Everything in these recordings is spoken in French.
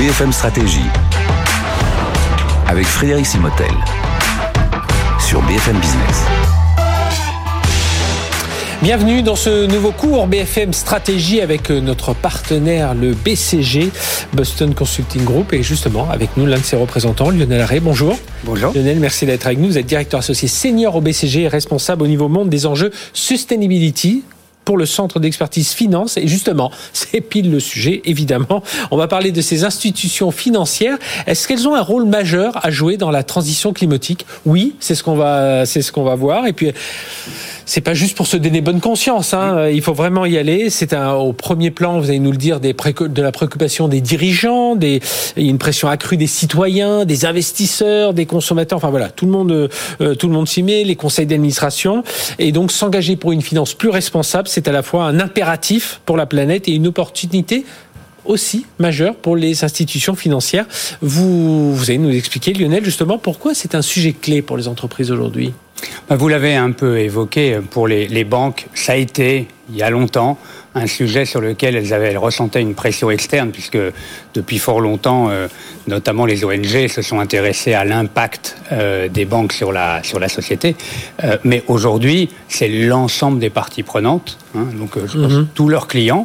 BFM Stratégie avec Frédéric Simotel sur BFM Business. Bienvenue dans ce nouveau cours BFM Stratégie avec notre partenaire, le BCG, Boston Consulting Group, et justement avec nous l'un de ses représentants, Lionel Arré. Bonjour. Bonjour. Lionel, merci d'être avec nous. Vous êtes directeur associé senior au BCG et responsable au niveau monde des enjeux Sustainability pour le centre d'expertise finance. Et justement, c'est pile le sujet, évidemment. On va parler de ces institutions financières. Est-ce qu'elles ont un rôle majeur à jouer dans la transition climatique ? Oui, c'est ce qu'on va voir. Et puis, c'est pas juste pour se donner bonne conscience, hein. Il faut vraiment y aller. C'est au premier plan, vous allez nous le dire, de la préoccupation des dirigeants, il y a une pression accrue des citoyens, des investisseurs, des consommateurs. Enfin voilà, tout le monde s'y met, les conseils d'administration. Et donc, s'engager pour une finance plus responsable, c'est à la fois un impératif pour la planète et une opportunité aussi majeure pour les institutions financières. Vous allez nous expliquer, Lionel, justement, pourquoi c'est un sujet clé pour les entreprises aujourd'hui. Vous l'avez un peu évoqué, pour les banques, ça a été, il y a longtemps, un sujet sur lequel elles ressentaient une pression externe, puisque depuis fort longtemps, notamment les ONG se sont intéressées à l'impact des banques sur la société. Mais aujourd'hui, c'est l'ensemble des parties prenantes, donc je pense tous leurs clients,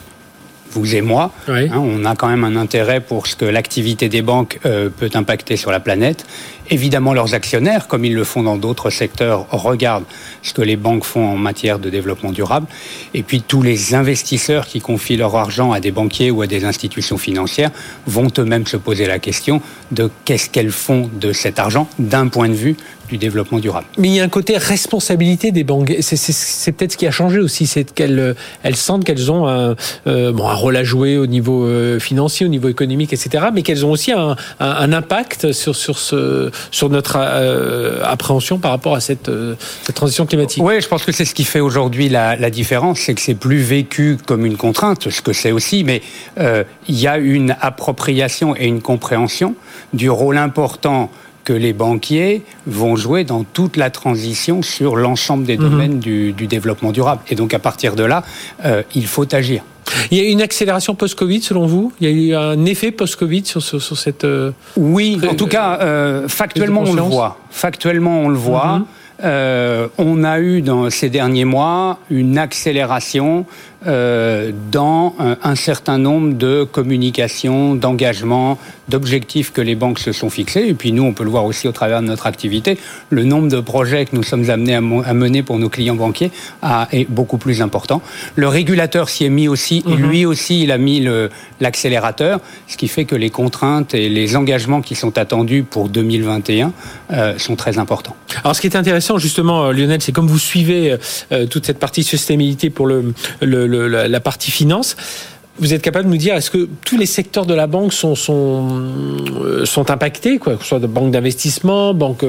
vous et moi, oui. On a quand même un intérêt pour ce que l'activité des banques peut impacter sur la planète. Évidemment, leurs actionnaires, comme ils le font dans d'autres secteurs, regardent ce que les banques font en matière de développement durable. Et puis, tous les investisseurs qui confient leur argent à des banquiers ou à des institutions financières vont eux-mêmes se poser la question de qu'est-ce qu'elles font de cet argent d'un point de vue du développement durable. Mais il y a un côté responsabilité des banques. C'est peut-être ce qui a changé aussi, c'est qu'elles sentent qu'elles ont un rôle à jouer au niveau financier, au niveau économique, etc., mais qu'elles ont aussi un impact sur notre appréhension par rapport à cette transition climatique. Oui, je pense que c'est ce qui fait aujourd'hui la différence, c'est que c'est plus vécu comme une contrainte, ce que c'est aussi, mais il y a une appropriation et une compréhension du rôle important que les banquiers vont jouer dans toute la transition sur l'ensemble des domaines du développement durable. Et donc, à partir de là, il faut agir. Il y a une accélération post-Covid, selon vous ? Il y a eu un effet post-Covid sur cette... Oui, en tout cas, factuellement, on le voit. Factuellement, on le voit. On a eu, dans ces derniers mois, une accélération dans un certain nombre de communications, d'engagements, d'objectifs que les banques se sont fixés. Et puis nous, on peut le voir aussi au travers de notre activité. Le nombre de projets que nous sommes amenés à mener pour nos clients banquiers est beaucoup plus important. Le régulateur s'y est mis aussi, et lui aussi, il a mis l'accélérateur, ce qui fait que les contraintes et les engagements qui sont attendus pour 2021 sont très importants. Alors, ce qui est intéressant, justement, Lionel, c'est comme vous suivez toute cette partie sustainabilité pour la partie finance. Vous êtes capable de nous dire, est-ce que tous les secteurs de la banque sont impactés, quoi, que ce soit de banque d'investissement, banque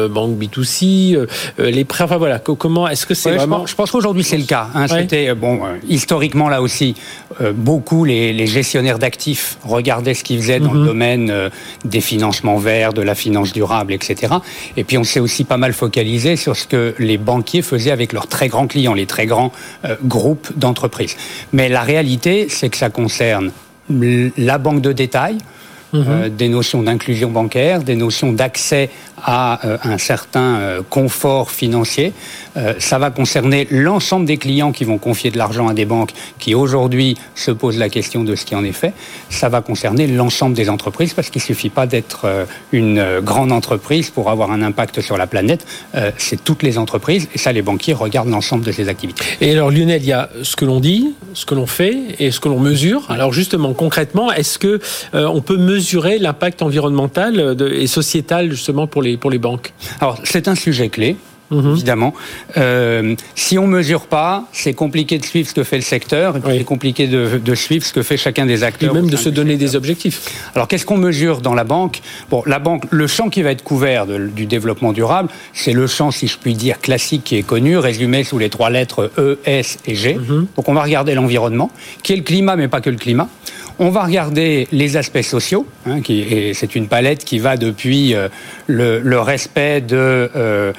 B2C, les prêts, enfin voilà, comment est-ce que c'est vraiment... Je pense qu'aujourd'hui c'est le cas. C'était historiquement là aussi, beaucoup les gestionnaires d'actifs regardaient ce qu'ils faisaient dans le domaine des financements verts, de la finance durable, etc. Et puis on s'est aussi pas mal focalisé sur ce que les banquiers faisaient avec leurs très grands clients, les très grands groupes d'entreprises. Mais la réalité, c'est que ça concerne la banque de détail, des notions d'inclusion bancaire, des notions d'accès à un certain confort financier. Ça va concerner l'ensemble des clients qui vont confier de l'argent à des banques qui aujourd'hui se posent la question de ce qui en est fait. Ça va concerner l'ensemble des entreprises parce qu'il ne suffit pas d'être une grande entreprise pour avoir un impact sur la planète. C'est toutes les entreprises et ça, les banquiers regardent l'ensemble de ces activités. Et alors Lionel, il y a ce que l'on dit, ce que l'on fait et ce que l'on mesure. Alors justement, concrètement, est-ce que on peut mesurer l'impact environnemental et sociétal justement pour les banques ? Alors, c'est un sujet clé. Évidemment. Si on mesure pas, c'est compliqué de suivre ce que fait le secteur, et puis c'est compliqué de suivre ce que fait chacun des acteurs. Et même de se donner des objectifs. Alors, qu'est-ce qu'on mesure dans la banque ? Bon, la banque, le champ qui va être couvert du développement durable, c'est le champ, si je puis dire, classique qui est connu, résumé sous les 3 lettres E, S et G. Donc, on va regarder l'environnement, qui est le climat, mais pas que le climat. On va regarder les aspects sociaux, et c'est une palette qui va depuis le respect de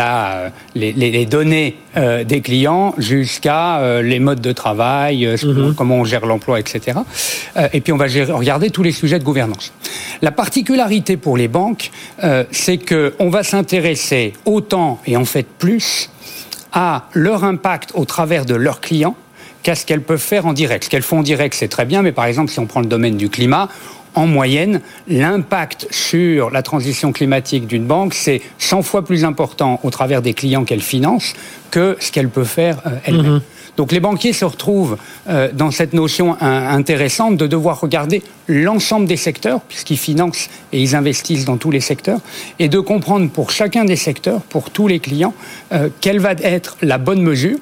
les données des clients jusqu'à les modes de travail, comment on gère l'emploi, etc. Et puis on va regarder tous les sujets de gouvernance. La particularité pour les banques, c'est qu'on va s'intéresser autant, et en fait plus, à leur impact au travers de leurs clients qu'à ce qu'elles peuvent faire en direct. Ce qu'elles font en direct, c'est très bien, mais par exemple, si on prend le domaine du climat, en moyenne, l'impact sur la transition climatique d'une banque, c'est 100 fois plus important au travers des clients qu'elle finance que ce qu'elle peut faire elle-même. Donc les banquiers se retrouvent dans cette notion intéressante de devoir regarder l'ensemble des secteurs, puisqu'ils financent et ils investissent dans tous les secteurs, et de comprendre pour chacun des secteurs, pour tous les clients, quelle va être la bonne mesure.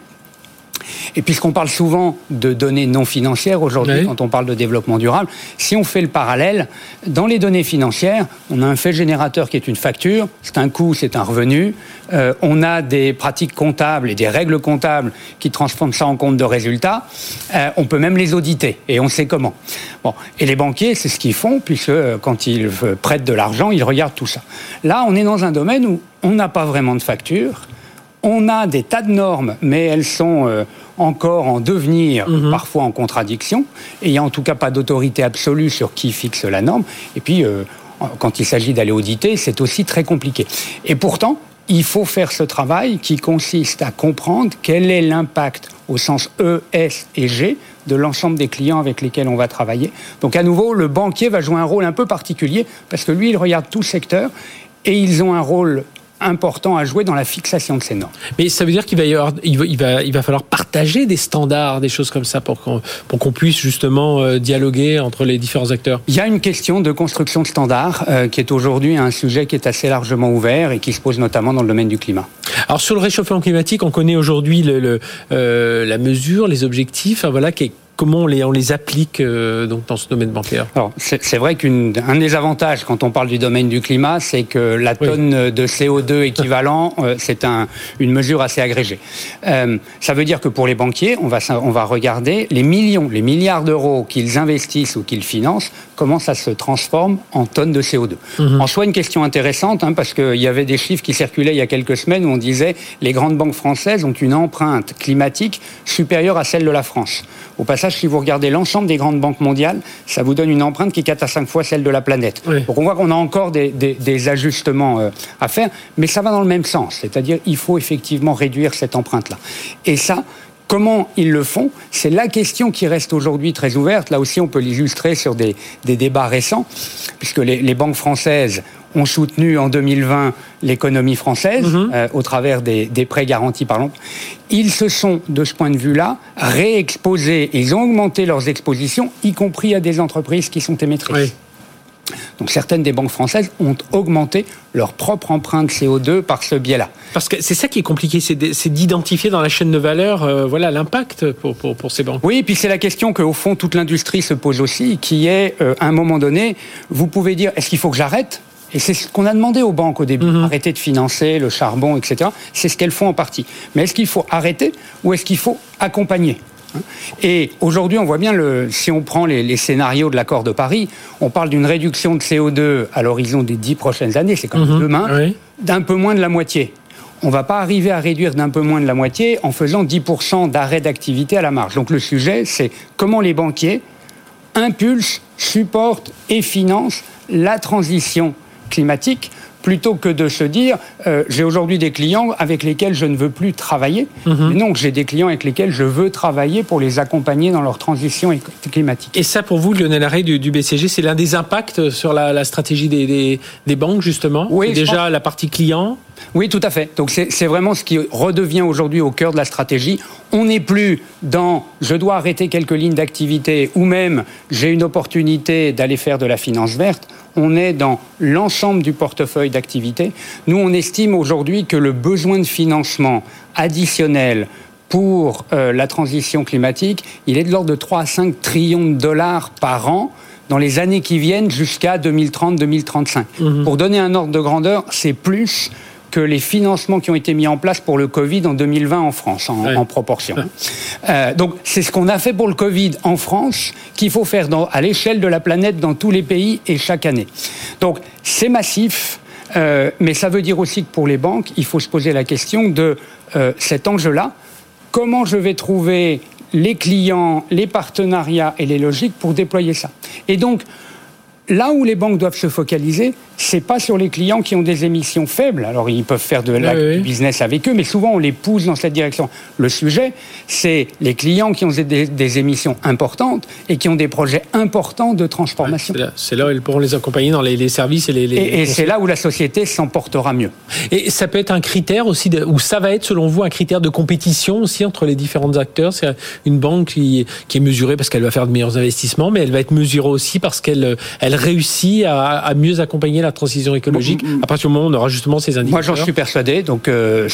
Et puisqu'on parle souvent de données non financières aujourd'hui, quand on parle de développement durable, si on fait le parallèle, dans les données financières, on a un fait générateur qui est une facture, c'est un coût, c'est un revenu, on a des pratiques comptables et des règles comptables qui transforment ça en compte de résultats, on peut même les auditer, et on sait comment. Bon. Et les banquiers, c'est ce qu'ils font, puisque quand ils prêtent de l'argent, ils regardent tout ça. Là, on est dans un domaine où on n'a pas vraiment de facture. On a des tas de normes, mais elles sont encore en devenir, parfois en contradiction. Et il n'y a en tout cas pas d'autorité absolue sur qui fixe la norme. Et puis, quand il s'agit d'aller auditer, c'est aussi très compliqué. Et pourtant, il faut faire ce travail qui consiste à comprendre quel est l'impact au sens E, S et G de l'ensemble des clients avec lesquels on va travailler. Donc à nouveau, le banquier va jouer un rôle un peu particulier parce que lui, il regarde tout le secteur et ils ont un rôle important à jouer dans la fixation de ces normes. Mais ça veut dire qu'il va falloir partager des standards, des choses comme ça pour qu'on puisse justement dialoguer entre les différents acteurs. Il y a une question de construction de standards qui est aujourd'hui un sujet qui est assez largement ouvert et qui se pose notamment dans le domaine du climat. Alors sur le réchauffement climatique, on connaît aujourd'hui la mesure, les objectifs, voilà, comment on les applique donc dans ce domaine bancaire? Alors, c'est vrai qu'un des avantages quand on parle du domaine du climat, c'est que la tonne de CO2 équivalent, c'est une mesure assez agrégée. Ça veut dire que pour les banquiers, on va regarder les milliards d'euros qu'ils investissent ou qu'ils financent, comment ça se transforme en tonnes de CO2. En soi, une question intéressante, parce qu'il y avait des chiffres qui circulaient il y a quelques semaines où on disait les grandes banques françaises ont une empreinte climatique supérieure à celle de la France. Au passage, si vous regardez l'ensemble des grandes banques mondiales, ça vous donne une empreinte qui est 4 à 5 fois celle de la planète. Oui. Donc on voit qu'on a encore des ajustements à faire, mais ça va dans le même sens. C'est-à-dire il faut effectivement réduire cette empreinte-là. Et ça, comment ils le font? C'est la question qui reste aujourd'hui très ouverte. Là aussi, on peut l'illustrer sur des débats récents, puisque les banques françaises ont soutenu en 2020 l'économie française au travers des prêts garantis par l'emploi. Ils se sont, de ce point de vue-là, réexposés. Ils ont augmenté leurs expositions, y compris à des entreprises qui sont émettrices. Oui. Donc certaines des banques françaises ont augmenté leur propre empreinte CO2 par ce biais-là. Parce que c'est ça qui est compliqué, c'est d'identifier dans la chaîne de valeur l'impact pour ces banques. Oui, et puis c'est la question qu'au fond toute l'industrie se pose aussi, qui est, à un moment donné, vous pouvez dire, est-ce qu'il faut que j'arrête ? Et c'est ce qu'on a demandé aux banques au début, arrêter de financer le charbon, etc. C'est ce qu'elles font en partie. Mais est-ce qu'il faut arrêter ou est-ce qu'il faut accompagner ? Et aujourd'hui, on voit bien, si on prend les scénarios de l'accord de Paris, on parle d'une réduction de CO2 à l'horizon des 10 prochaines années, c'est comme demain, d'un peu moins de la moitié. On ne va pas arriver à réduire d'un peu moins de la moitié en faisant 10% d'arrêt d'activité à la marge. Donc le sujet, c'est comment les banquiers impulsent, supportent et financent la transition climatique, plutôt que de se dire j'ai aujourd'hui des clients avec lesquels je ne veux plus travailler. Mais non, j'ai des clients avec lesquels je veux travailler pour les accompagner dans leur transition climatique. Et ça, pour vous, Lionel Arrey du BCG, c'est l'un des impacts sur la stratégie des banques, justement? Oui, c'est déjà la partie client? Oui, tout à fait. Donc c'est vraiment ce qui redevient aujourd'hui au cœur de la stratégie. On n'est plus dans « je dois arrêter quelques lignes d'activité » ou même « j'ai une opportunité d'aller faire de la finance verte ». On est dans l'ensemble du portefeuille d'activité. Nous, on estime aujourd'hui que le besoin de financement additionnel pour la transition climatique, il est de l'ordre de 3 à 5 trillions de dollars par an dans les années qui viennent jusqu'à 2030-2035. Pour donner un ordre de grandeur, c'est plus que les financements qui ont été mis en place pour le Covid en 2020 en France, en proportion. Donc, c'est ce qu'on a fait pour le Covid en France qu'il faut faire à l'échelle de la planète dans tous les pays et chaque année. Donc, c'est massif, mais ça veut dire aussi que pour les banques, il faut se poser la question de cet enjeu-là. Comment je vais trouver les clients, les partenariats et les logiques pour déployer ça ? Et donc, là où les banques doivent se focaliser, c'est pas sur les clients qui ont des émissions faibles. Alors, ils peuvent faire du business avec eux, mais souvent, on les pousse dans cette direction. Le sujet, c'est les clients qui ont des émissions importantes et qui ont des projets importants de transformation. C'est là où ils pourront les accompagner dans les services et c'est là où la société s'en portera mieux. Et ça peut être un critère aussi, ou ça va être, selon vous, un critère de compétition aussi entre les différents acteurs. C'est une banque qui est mesurée parce qu'elle va faire de meilleurs investissements, mais elle va être mesurée aussi parce qu'elle réussit à mieux accompagner la transition écologique, à partir du moment où on aura justement ces indicateurs. Moi, j'en suis persuadé. Donc,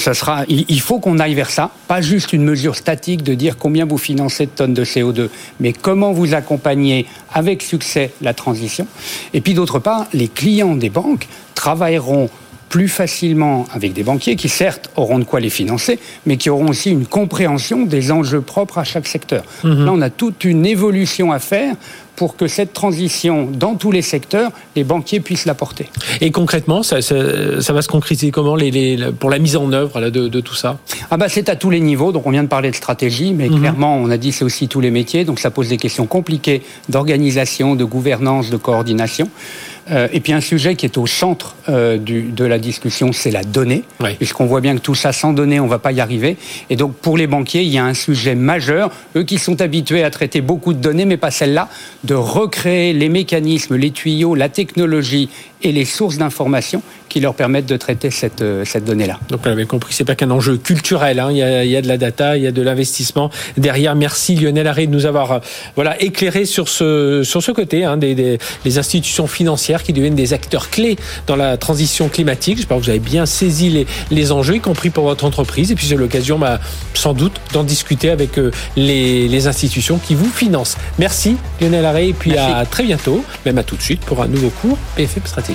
il faut qu'on aille vers ça. Pas juste une mesure statique de dire combien vous financez de tonnes de CO2, mais comment vous accompagnez avec succès la transition. Et puis, d'autre part, les clients des banques travailleront plus facilement avec des banquiers qui, certes, auront de quoi les financer, mais qui auront aussi une compréhension des enjeux propres à chaque secteur. Là, on a toute une évolution à faire pour que cette transition, dans tous les secteurs, les banquiers puissent la porter. Et concrètement, ça va se concrétiser comment pour la mise en œuvre de tout ça ? C'est à tous les niveaux. Donc, on vient de parler de stratégie, mais clairement, on a dit c'est aussi tous les métiers. Donc, ça pose des questions compliquées d'organisation, de gouvernance, de coordination. Et puis, un sujet qui est au centre de la discussion, c'est la donnée. Puisqu'on voit bien que tout ça, sans données, on ne va pas y arriver. Et donc, pour les banquiers, il y a un sujet majeur. Eux qui sont habitués à traiter beaucoup de données, mais pas celle-là, de recréer les mécanismes, les tuyaux, la technologie et les sources d'information qui leur permettent de traiter cette donnée-là. Donc, vous avez compris, c'est pas qu'un enjeu culturel. Il y a de la data, il y a de l'investissement derrière. Merci Lionel Harré de nous avoir éclairé sur ce côté des institutions financières qui deviennent des acteurs clés dans la transition climatique. J'espère que vous avez bien saisi les enjeux, y compris pour votre entreprise. Et puis c'est l'occasion, sans doute, d'en discuter avec les institutions qui vous financent. Merci Lionel Harré, et puis à très bientôt, même à tout de suite pour un nouveau cours BFM Stratégie.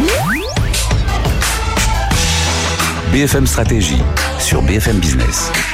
BFM Stratégie sur BFM Business.